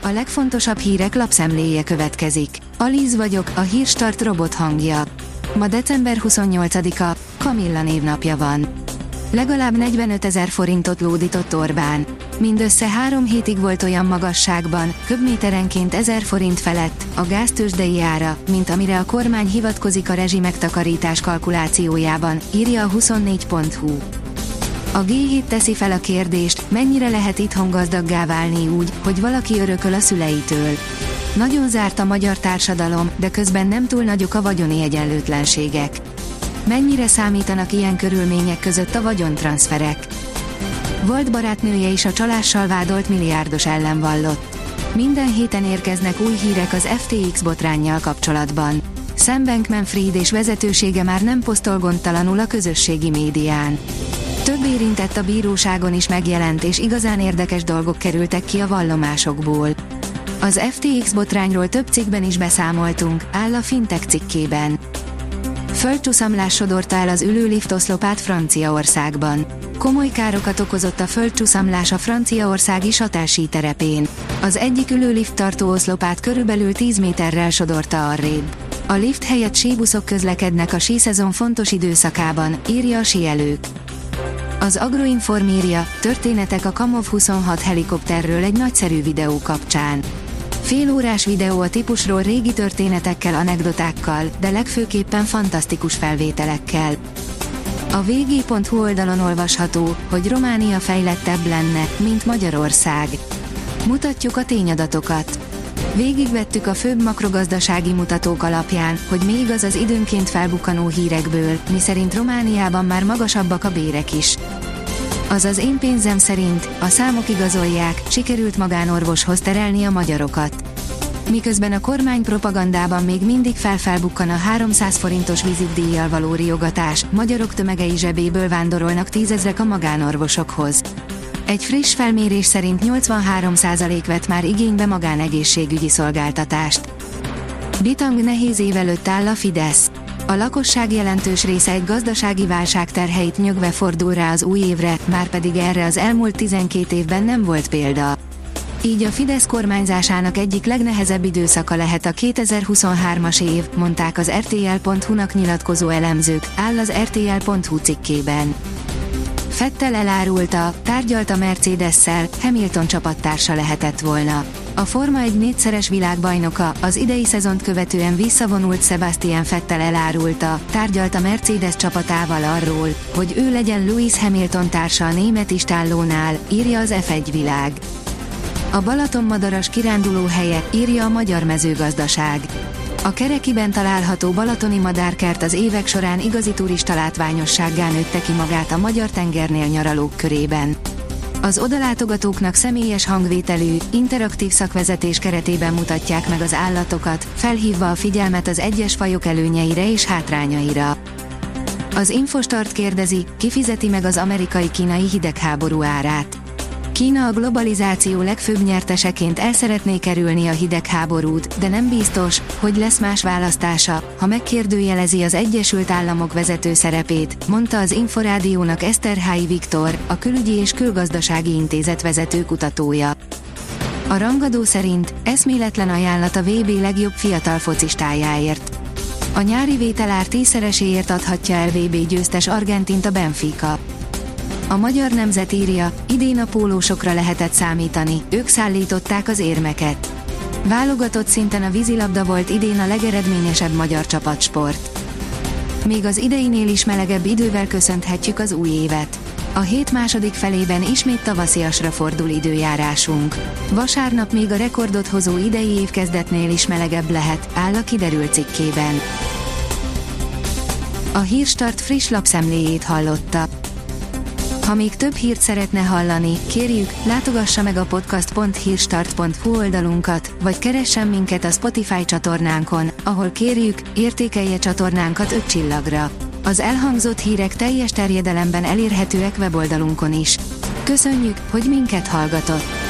A legfontosabb hírek lapszemléje következik. Alíz vagyok, a Hírstart robot hangja. Ma december 28-a, Kamilla névnapja van. Legalább 45 000 forintot lódított Orbán. Mindössze 3 hétig volt olyan magasságban, köbméterenként 1000 forint felett, a gáztőzsdei ára, mint amire a kormány hivatkozik a rezsimegtakarítás kalkulációjában, írja a 24.hu. A G7 teszi fel a kérdést, mennyire lehet itthon gazdaggá válni úgy, hogy valaki örököl a szüleitől. Nagyon zárt a magyar társadalom, de közben nem túl nagyok a vagyoni egyenlőtlenségek. Mennyire számítanak ilyen körülmények között a vagyontranszferek? Volt barátnője is a csalással vádolt milliárdos ellen vallott. Minden héten érkeznek új hírek az FTX botránnyal kapcsolatban. Sam Bankman-Fried és vezetősége már nem posztol gondtalanul a közösségi médián. Több érintett a bíróságon is megjelent, és igazán érdekes dolgok kerültek ki a vallomásokból. Az FTX botrányról több cikkben is beszámoltunk, áll a Fintech cikkében. Földcsuszamlás sodorta el az ülőlift oszlopát Franciaországban. Komoly károkat okozott a földcsuszamlás a franciaországi Châtel terepén. Az egyik ülőlift tartó oszlopát körülbelül 10 méterrel sodorta arrébb. A lift helyett síbuszok közlekednek a síszezon fontos időszakában, írja a síelők. Az Agroinform írja, történetek a Kamov 26 helikopterről egy nagyszerű videó kapcsán. Félórás videó a típusról régi történetekkel, anekdotákkal, de legfőképpen fantasztikus felvételekkel. A vg.hu oldalon olvasható, hogy Románia fejlettebb lenne, mint Magyarország. Mutatjuk a tényadatokat. Végigvettük a főbb makrogazdasági mutatók alapján, hogy mi igaz az időnként felbukkanó hírekből, miszerint Romániában már magasabbak a bérek is. Azaz én pénzem szerint, a számok igazolják, sikerült magánorvoshoz terelni a magyarokat. Miközben a kormány propagandában még mindig felbukkan a 300 forintos vizitdíjjal való riogatás, magyarok tömegei zsebéből vándorolnak tízezrek a magánorvosokhoz. Egy friss felmérés szerint 83% vett már igénybe magánegészségügyi szolgáltatást. Bitang nehéz év előtt áll a Fidesz. A lakosság jelentős része egy gazdasági válság terheit nyögve fordul rá az új évre, márpedig erre az elmúlt 12 évben nem volt példa. Így a Fidesz kormányzásának egyik legnehezebb időszaka lehet a 2023-as év, mondták az RTL.hu-nak nyilatkozó elemzők, áll az RTL.hu cikkében. Vettel elárulta, tárgyalt a Mercedes-szel, Hamilton csapattársa lehetett volna. A Forma 1 4-szeres világbajnoka, az idei szezont követően visszavonult Sebastian Vettel elárulta, tárgyalt a Mercedes csapatával arról, hogy ő legyen Lewis Hamilton társa a német istállónál, írja az F1 világ. A Balatonmadaras kiránduló helye, írja a Magyar Mezőgazdaság. A Kerekiben található balatoni madárkert az évek során igazi turista látványossággá nőtte ki magát a magyar tengernél nyaralók körében. Az odalátogatóknak személyes hangvételű, interaktív szakvezetés keretében mutatják meg az állatokat, felhívva a figyelmet az egyes fajok előnyeire és hátrányaira. Az Infostart kérdezi, ki fizeti meg az amerikai-kínai hidegháború árát. Kína a globalizáció legfőbb nyerteseként el szeretné kerülni a hidegháborút, de nem biztos, hogy lesz más választása, ha megkérdőjelezi az Egyesült Államok vezető szerepét, mondta az Inforádiónak Eszterházy Viktor, a Külügyi és Külgazdasági Intézet vezető kutatója. A rangadó szerint eszméletlen ajánlat a VB legjobb fiatal focistájáért. A nyári vételár 10-szereséért adhatja el VB győztes Argentint a Benfica. A Magyar Nemzet írja, idén a pólósokra lehetett számítani, ők szállították az érmeket. Válogatott szinten a vízilabda volt idén a legeredményesebb magyar csapatsport. Még az ideinél is melegebb idővel köszönhetjük az új évet. A hét második felében ismét tavasziasra fordul időjárásunk. Vasárnap még a rekordot hozó idei évkezdetnél is melegebb lehet, áll a Kiderült cikkében. A Hírstart friss lapszemléjét hallotta. Ha még több hírt szeretne hallani, kérjük, látogassa meg a podcast.hírstart.hu oldalunkat, vagy keressen minket a Spotify csatornánkon, ahol kérjük, értékelje csatornánkat 5 csillagra. Az elhangzott hírek teljes terjedelemben elérhetőek weboldalunkon is. Köszönjük, hogy minket hallgatott!